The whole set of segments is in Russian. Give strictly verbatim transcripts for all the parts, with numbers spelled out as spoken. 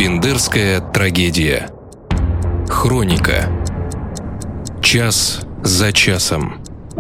Бендерская трагедия. Хроника. Час за часом.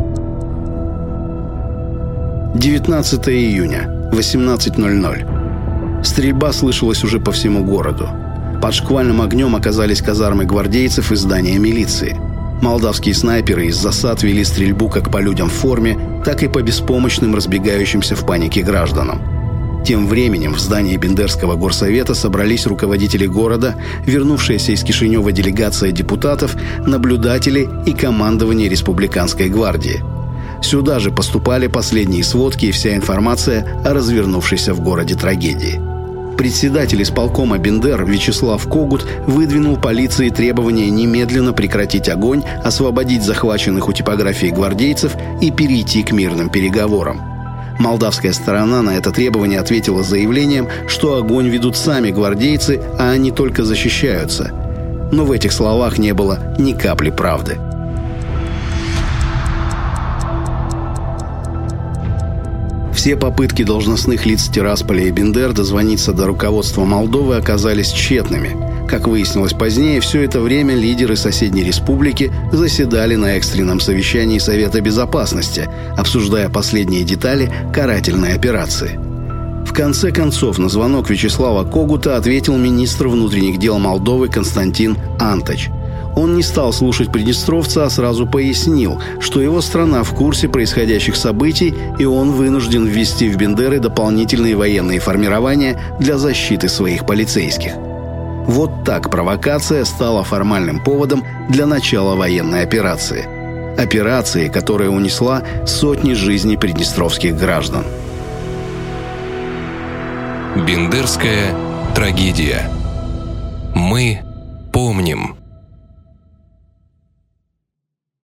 девятнадцатого июня, восемнадцать ноль ноль. Стрельба слышалась уже по всему городу. Под шквальным огнем оказались казармы гвардейцев и здания милиции. Молдавские снайперы из засад вели стрельбу как по людям в форме, так и по беспомощным разбегающимся в панике гражданам. Тем временем в здании Бендерского горсовета собрались руководители города, вернувшаяся из Кишинева делегация депутатов, наблюдатели и командование Республиканской гвардии. Сюда же поступали последние сводки и вся информация о развернувшейся в городе трагедии. Председатель исполкома Бендер Вячеслав Когут выдвинул полиции требование немедленно прекратить огонь, освободить захваченных у типографии гвардейцев и перейти к мирным переговорам. Молдавская сторона на это требование ответила заявлением, что огонь ведут сами гвардейцы, а они только защищаются. Но в этих словах не было ни капли правды. Все попытки должностных лиц Тирасполя и Бендер дозвониться до руководства Молдовы оказались тщетными. Как выяснилось позднее, все это время лидеры соседней республики заседали на экстренном совещании Совета Безопасности, обсуждая последние детали карательной операции. В конце концов, на звонок Вячеслава Когута ответил министр внутренних дел Молдовы Константин Антач. Он не стал слушать приднестровца, а сразу пояснил, что его страна в курсе происходящих событий, и он вынужден ввести в Бендеры дополнительные военные формирования для защиты своих полицейских. Вот так провокация стала формальным поводом для начала военной операции. Операции, которая унесла сотни жизней приднестровских граждан. Бендерская трагедия. Мы помним.